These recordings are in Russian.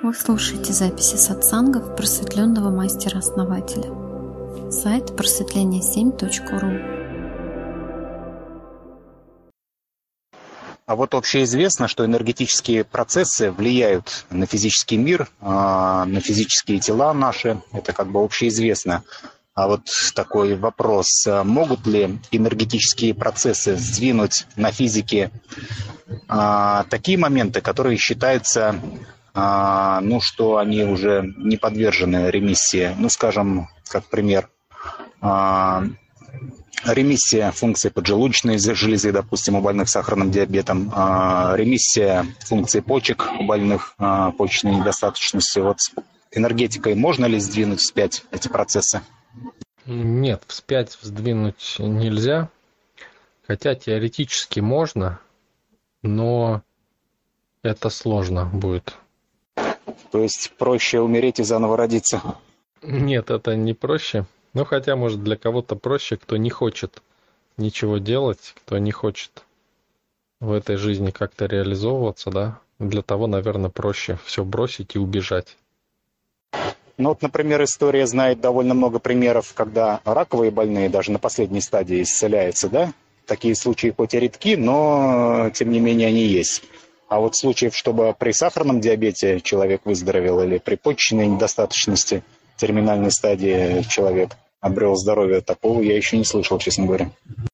Вы слушаете записи сатсангов просветленного мастера-основателя. Сайт просветление7.ру. А вот общеизвестно, что энергетические процессы влияют на физический мир, на физические тела наши. Это как бы общеизвестно. А вот такой вопрос. Могут ли энергетические процессы сдвинуть на физике такие моменты, которые считаются, что они уже не подвержены ремиссии? Ну, скажем, как пример, ремиссия функции поджелудочной железы, допустим, у больных сахарным диабетом, ремиссия функции почек у больных почечной недостаточностью. Вот с энергетикой можно ли сдвинуть вспять эти процессы? Нет, вспять сдвинуть нельзя, хотя теоретически можно, но это сложно будет. То есть проще умереть и заново родиться? Нет, это не проще. Ну, хотя, может, для кого-то проще, кто не хочет ничего делать, кто не хочет в этой жизни как-то реализовываться, да. Для того, наверное, проще все бросить и убежать. Ну вот, например, история знает довольно много примеров, когда раковые больные даже на последней стадии исцеляются, да? Такие случаи хоть и редки, но тем не менее они есть. А вот случаев, чтобы при сахарном диабете человек выздоровел или при почечной недостаточности терминальной стадии человек обрел здоровье, такого я еще не слышал, честно говоря.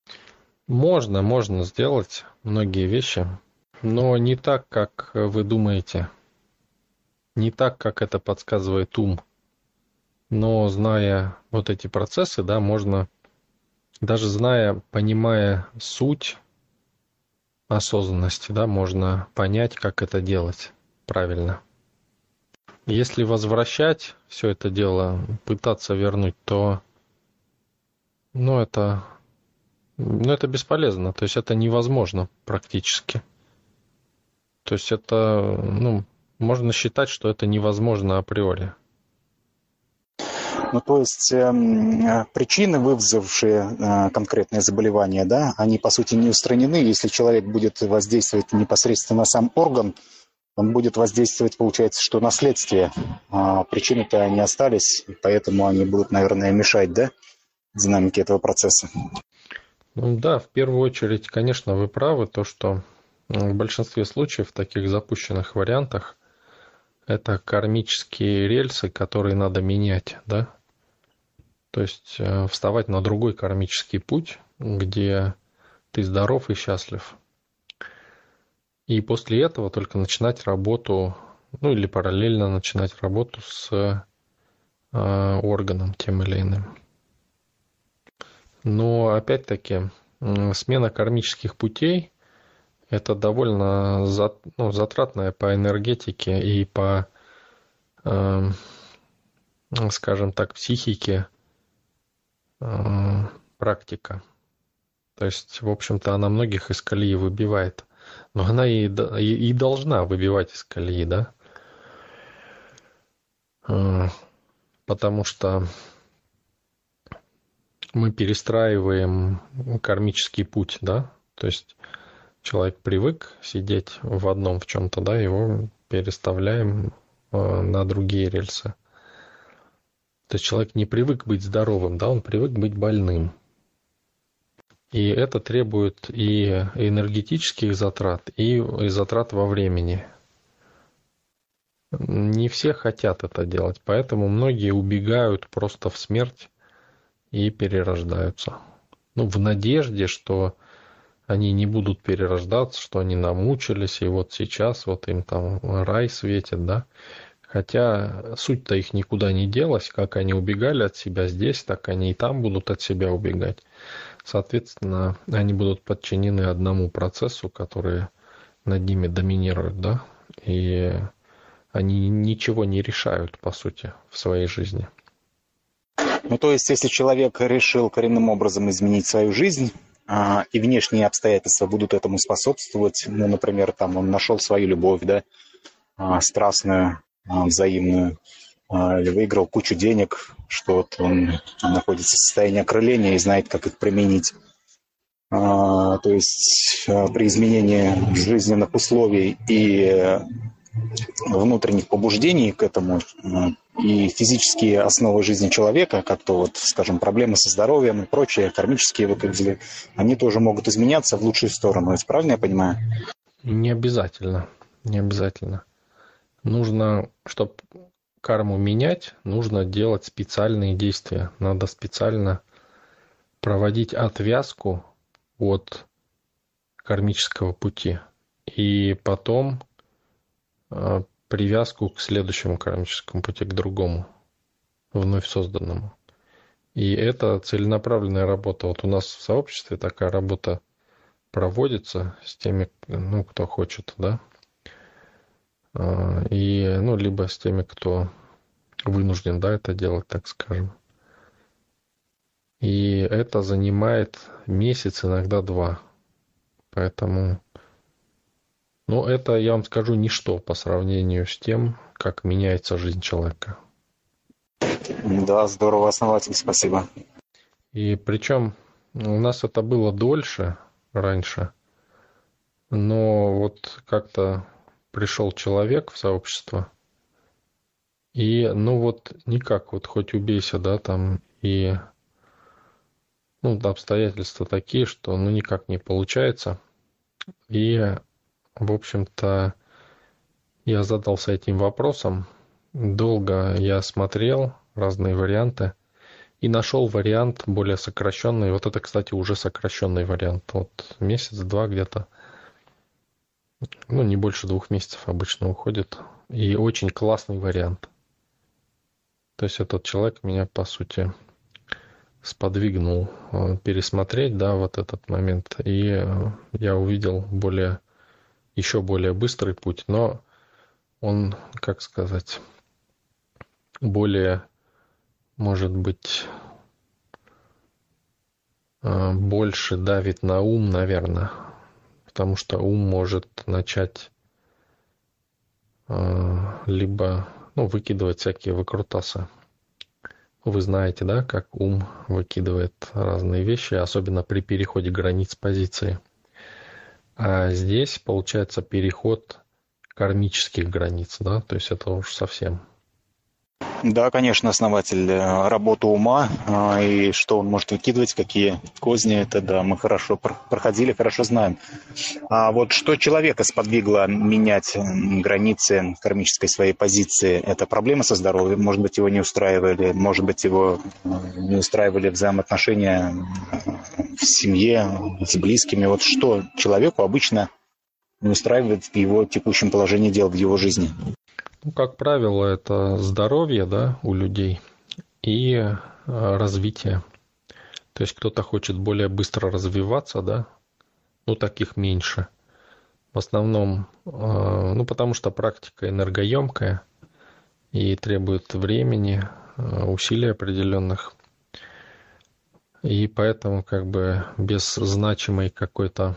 Можно сделать многие вещи, но не так, как вы думаете. Не так, как это подсказывает ум. Но зная вот эти процессы, да, можно, даже зная, понимая суть осознанности, да, можно понять, как это делать правильно. Если возвращать все это дело, пытаться вернуть, то это бесполезно. То есть это невозможно практически. То есть это, можно считать, что это невозможно априори. Ну, то есть причины, вызвавшие конкретное заболевание, да, они, по сути, не устранены. Если человек будет воздействовать непосредственно на сам орган, он будет воздействовать, получается, что на следствие. Причины-то не остались, поэтому они будут, наверное, мешать, да, динамике этого процесса. Да, в первую очередь, конечно, вы правы, то, что в большинстве случаев в таких запущенных вариантах это кармические рельсы, которые надо менять, да. То есть вставать на другой кармический путь, где ты здоров и счастлив. И после этого только начинать работу, или параллельно начинать работу с органом тем или иным. Но опять-таки смена кармических путей – это довольно затратная по энергетике и по, скажем так, психике практика. То есть, в общем-то, она многих из колеи выбивает. Но она и должна выбивать из колеи, да? Потому что мы перестраиваем кармический путь, да? То есть человек привык сидеть в одном в чем-то, да, его переставляем на другие рельсы. То есть человек не привык быть здоровым, да, он привык быть больным. И это требует и энергетических затрат, и затрат во времени. Не все хотят это делать, поэтому многие убегают просто в смерть и перерождаются. В надежде, что они не будут перерождаться, что они намучились, и вот сейчас вот им там рай светит, да. Хотя суть-то их никуда не делась, как они убегали от себя здесь, так они и там будут от себя убегать. Соответственно, они будут подчинены одному процессу, который над ними доминирует, да, и они ничего не решают, по сути, в своей жизни. То есть, если человек решил коренным образом изменить свою жизнь, и внешние обстоятельства будут этому способствовать, например, там он нашел свою любовь, да, страстную, взаимную, или выиграл кучу денег, что вот он находится в состоянии окрыления и знает, как их применить. То есть при изменении жизненных условий и внутренних побуждений к этому, и физические основы жизни человека, как то вот, скажем, проблемы со здоровьем и прочие кармические вот эти, они тоже могут изменяться в лучшую сторону. Это правильно я понимаю? Не обязательно. Не обязательно. Нужно, чтобы карму менять, нужно делать специальные действия. Надо специально проводить отвязку от кармического пути. И потом привязку к следующему кармическому пути, к другому, вновь созданному. И это целенаправленная работа. Вот у нас в сообществе такая работа проводится с теми, ну, кто хочет, да, и, ну, либо с теми, кто вынужден, да, это делать, так скажем. И это занимает месяц, иногда 2. Поэтому, ну, это, я вам скажу, ничто по сравнению с тем, как меняется жизнь человека. Да, здорово, основатель, спасибо. И причем у нас это было дольше раньше, но вот как-то пришел человек в сообщество, и, ну, вот никак, вот хоть убейся, да, там, и, ну, обстоятельства такие, что, ну, никак не получается. И, в общем-то, я задался этим вопросом. Долго я смотрел разные варианты и нашел вариант более сокращенный. Вот это, кстати, уже сокращенный вариант. Вот месяц-два где-то. Ну, не больше 2 месяцев обычно уходит. И очень классный вариант. То есть этот человек меня, по сути, сподвигнул пересмотреть, да, вот этот момент. И я увидел еще более быстрый путь, но он, как сказать, более, может быть, больше давит на ум, наверное, потому что ум может начать либо, ну, выкидывать всякие выкрутасы. Вы знаете, да, как ум выкидывает разные вещи, особенно при переходе границ позиции. А здесь получается переход кармических границ, да, то есть это уж совсем. Да, конечно, основатель, работа ума, и что он может выкидывать, какие козни, это да, мы хорошо проходили, хорошо знаем. А вот что человека сподвигло менять границы кармической своей позиции? Это проблемы со здоровьем, может быть, его не устраивали, может быть, его не устраивали взаимоотношения в семье, с близкими. Вот что человеку обычно не устраивает в его текущем положении дел, в его жизни? Ну, как правило, это здоровье, да, у людей и развитие. То есть кто-то хочет более быстро развиваться, да, ну, таких меньше. В основном, ну, потому что практика энергоемкая и требует времени, усилий определенных. И поэтому как бы без значимой какой-то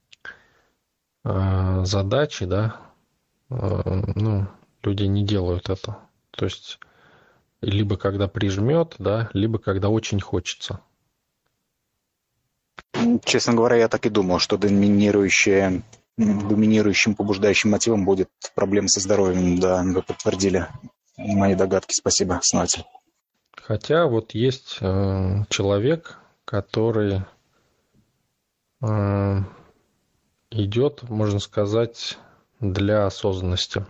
задачи, да, ну, люди не делают это. То есть либо когда прижмет, да, либо когда очень хочется. Честно говоря, я так и думал, что доминирующим побуждающим мотивом будет проблема со здоровьем. Да, вы подтвердили мои догадки. Спасибо, основатель. Хотя вот есть человек, который идет, можно сказать, для осознанности.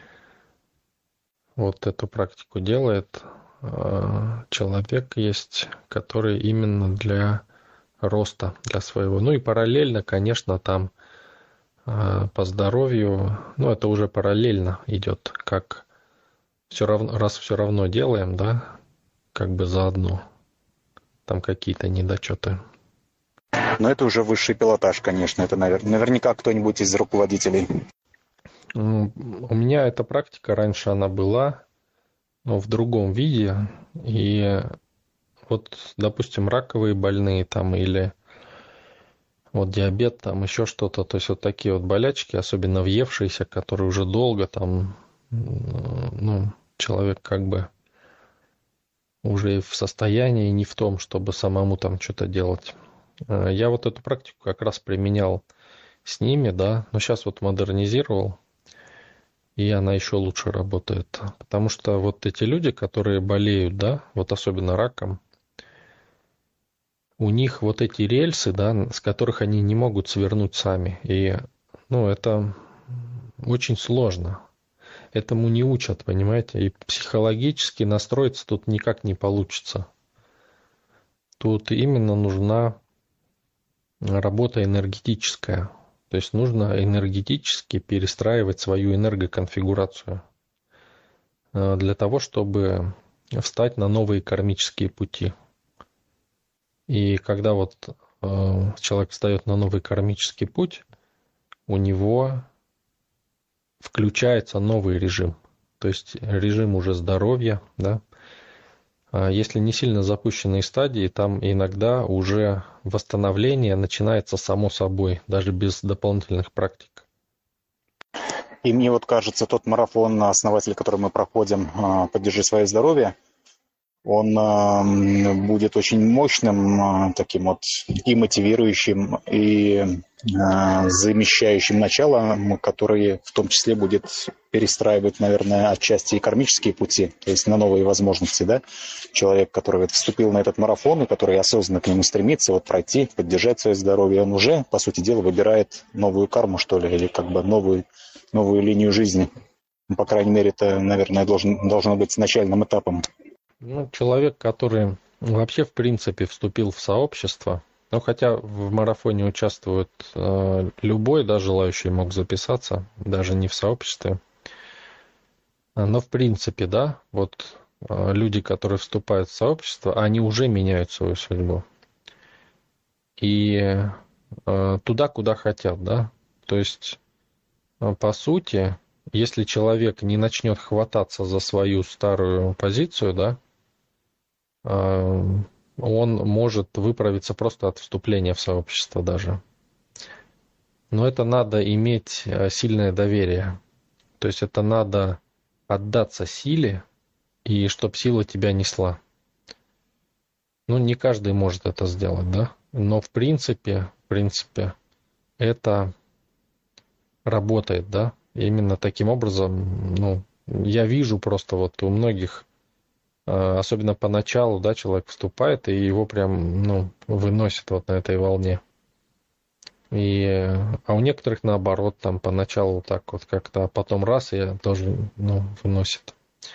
Вот эту практику делает человек есть, который именно для роста, для своего. Ну и параллельно, конечно, там по здоровью, ну это уже параллельно идет, как все равно делаем, да, как бы заодно. Там какие-то недочеты. Но это уже высший пилотаж, конечно. Это наверняка кто-нибудь из руководителей. У меня эта практика раньше она была, но в другом виде. И вот, допустим, раковые больные там или вот диабет, там еще что-то. То есть вот такие вот болячки, особенно въевшиеся, которые уже долго там, ну, человек как бы уже в состоянии не в том, чтобы самому там что-то делать. Я вот эту практику как раз применял с ними, да, но сейчас вот модернизировал. и она еще лучше работает. Потому что вот эти люди, которые болеют, да, вот особенно раком, у них вот эти рельсы, да, с которых они не могут свернуть сами. И, ну, это очень сложно. Этому не учат, понимаете? И психологически настроиться тут никак не получится. Тут именно нужна работа энергетическая. То есть нужно энергетически перестраивать свою энергоконфигурацию для того, чтобы встать на новые кармические пути. И когда вот человек встает на новый кармический путь, у него включается новый режим. То есть режим уже здоровья, да. Если не сильно запущенные стадии, там иногда уже восстановление начинается само собой, даже без дополнительных практик. И мне вот кажется, тот марафон, основатель, который мы проходим, «Поддержи свое здоровье», он будет очень мощным, таким вот и мотивирующим, и замещающим начало, которое в том числе будет перестраивать, наверное, отчасти и кармические пути, то есть на новые возможности, да. Человек, который вот вступил на этот марафон, и который осознанно к нему стремится, вот пройти, поддержать свое здоровье, он уже, по сути дела, выбирает новую карму, что ли, или как бы новую линию жизни. По крайней мере, это, наверное, должно быть начальным этапом. Ну, человек, который вообще, в принципе, вступил в сообщество, ну, хотя в марафоне участвует любой, да, желающий мог записаться, даже не в сообществе. Но, в принципе, да, вот люди, которые вступают в сообщество, они уже меняют свою судьбу. И туда, куда хотят, да. То есть, по сути, если человек не начнет хвататься за свою старую позицию, да, он может выправиться просто от вступления в сообщество даже. Но это надо иметь сильное доверие. То есть это надо отдаться силе, и чтобы сила тебя несла. Ну, не каждый может это сделать, да? Но в принципе, это работает, да? Именно таким образом, ну, я вижу просто вот у многих, особенно поначалу, да, человек вступает, и его прям, ну, выносит вот на этой волне. А у некоторых наоборот, там поначалу так вот как-то, а потом раз, и тоже, ну, выносит.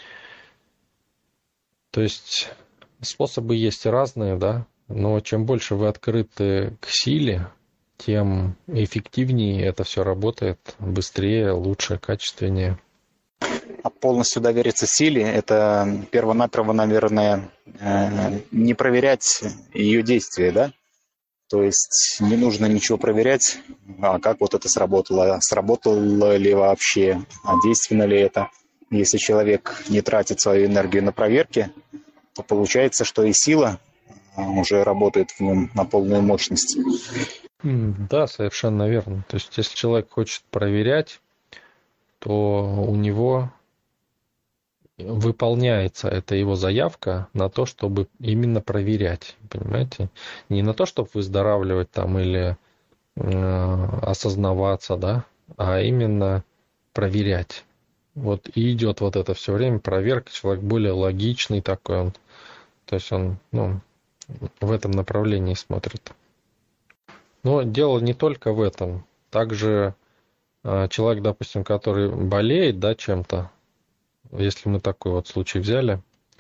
То есть способы есть разные, да, но чем больше вы открыты к силе, тем эффективнее это все работает, быстрее, лучше, качественнее. А полностью довериться силе – это перво-наперво, наверное, не проверять ее действия, да? То есть не нужно ничего проверять, как вот это сработало ли вообще, действенно ли это. Если человек не тратит свою энергию на проверки, то получается, что и сила уже работает в нем на полную мощность. Да, совершенно верно. То есть если человек хочет проверять, то у него выполняется эта его заявка на то, чтобы именно проверять, понимаете? Не на то, чтобы выздоравливать там или осознаваться, да, а именно проверять. Вот и идет вот это все время проверка, человек более логичный такой, он, то есть он, ну, в этом направлении смотрит. Но дело не только в этом. Также человек, допустим, который болеет, да, чем-то, если мы такой вот случай взяли,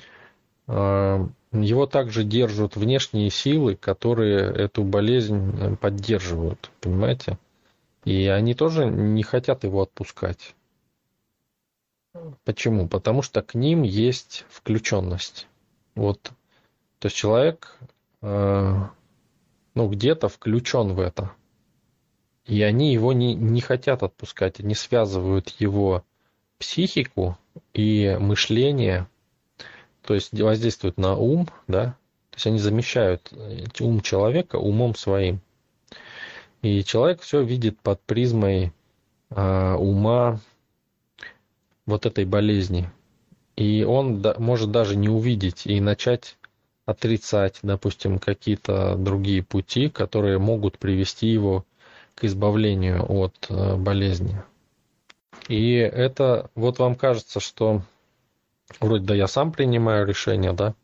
его также держат внешние силы, которые эту болезнь поддерживают, понимаете? И они тоже не хотят его отпускать. Почему? Потому что к ним есть включенность. Вот, то есть человек, ну, где-то включен в это. И они его не хотят отпускать, они связывают его психику и мышление, то есть воздействуют на ум, да, то есть они замещают ум человека умом своим. И человек все видит под призмой ума вот этой болезни. И он может даже не увидеть и начать отрицать, допустим, какие-то другие пути, которые могут привести его к избавлению от болезни. И это вот вам кажется, что вроде да я сам принимаю решения, да.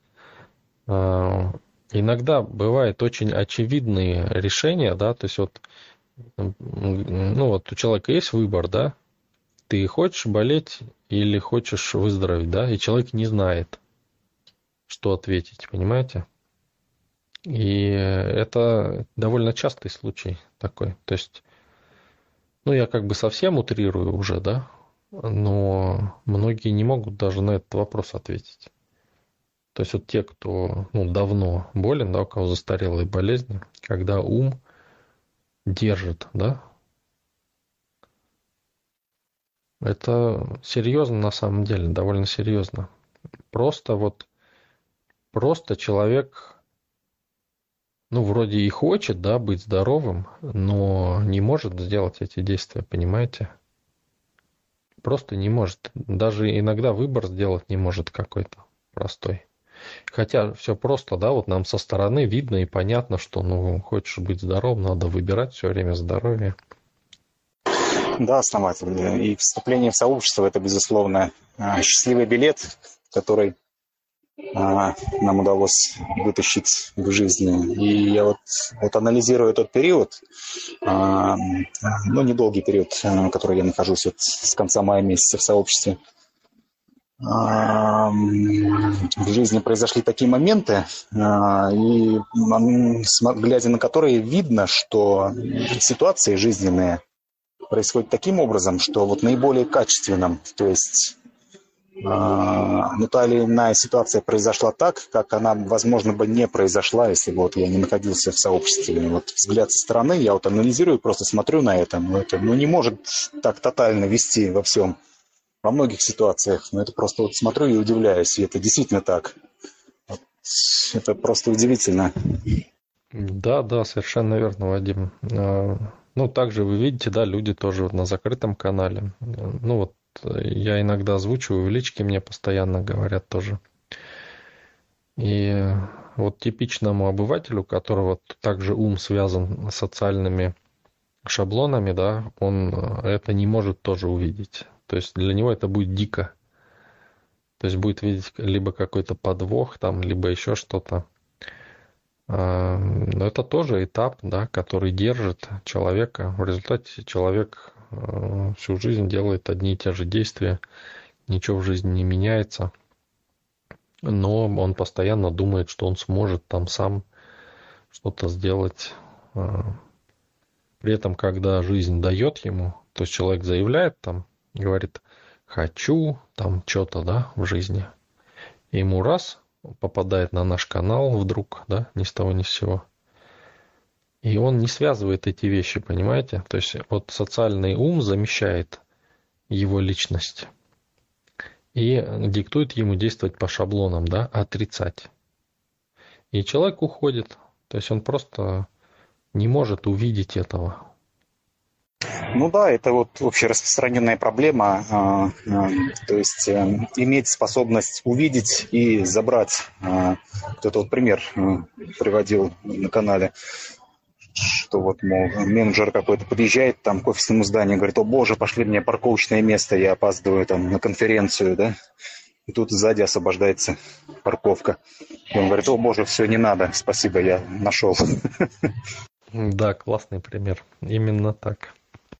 Иногда бывают очень очевидные решения, да, то есть вот, ну вот у человека есть выбор, да, ты хочешь болеть или хочешь выздороветь, да, и человек не знает, что ответить, понимаете? И это довольно частый случай такой. То есть, ну, я как бы совсем утрирую уже, да, но многие не могут даже на этот вопрос ответить. То есть вот те, кто ну, давно болен, да, у кого застарелые болезни, когда ум держит, да, это серьезно на самом деле, довольно серьезно. Просто вот, просто человек, ну, вроде и хочет, да, быть здоровым, но не может сделать эти действия, понимаете? Просто не может. Даже иногда выбор сделать не может какой-то простой. Хотя все просто, да, вот нам со стороны видно и понятно, что, ну, хочешь быть здоровым, надо выбирать все время здоровье. Да, основатель. И вступление в сообщество – это, безусловно, счастливый билет, который нам удалось вытащить в жизни. И я вот анализирую этот период, ну, недолгий период, который я нахожусь вот с конца мая месяца в сообществе. В жизни произошли такие моменты, и глядя на которые видно, что ситуации жизненные происходят таким образом, что вот наиболее качественным, то есть та или иная ситуация произошла так, как она, возможно, бы не произошла, если бы вот я не находился в сообществе. Вот взгляд со стороны, я вот анализирую, просто смотрю на это, ну, не может так тотально вести во всем. Во многих ситуациях, но это просто вот смотрю и удивляюсь, и это действительно так. Вот, это просто удивительно. Да, да, совершенно верно, Вадим. Ну, также вы видите, да, люди тоже вот на закрытом канале. Ну, вот я иногда озвучиваю в личке, мне постоянно говорят тоже. И вот типичному обывателю, у которого также ум связан с социальными шаблонами, да, он это не может тоже увидеть. То есть для него это будет дико. То есть будет видеть либо какой-то подвох там, либо еще что-то. Но это тоже этап, да, который держит человека. В результате человек всю жизнь делает одни и те же действия, ничего в жизни не меняется. Но он постоянно думает, что он сможет там сам что-то сделать. При этом, когда жизнь дает ему, то есть человек заявляет там, говорит, хочу там что-то, да, в жизни. И ему раз попадает на наш канал вдруг, да, ни с того ни с сего. И он не связывает эти вещи, понимаете? То есть вот социальный ум замещает его личность и диктует ему действовать по шаблонам, да, отрицать. И человек уходит, то есть он просто не может увидеть этого. Ну да, это вот общераспространенная проблема, то есть иметь способность увидеть и забрать. Кто-то вот пример приводил на канале, что вот, мол, менеджер какой-то подъезжает там к офисному зданию, говорит, о боже, пошли мне парковочное место, я опаздываю там на конференцию, да, и тут сзади освобождается парковка. И он говорит, о боже, все, не надо, спасибо, я нашел. Да, классный пример. Именно так.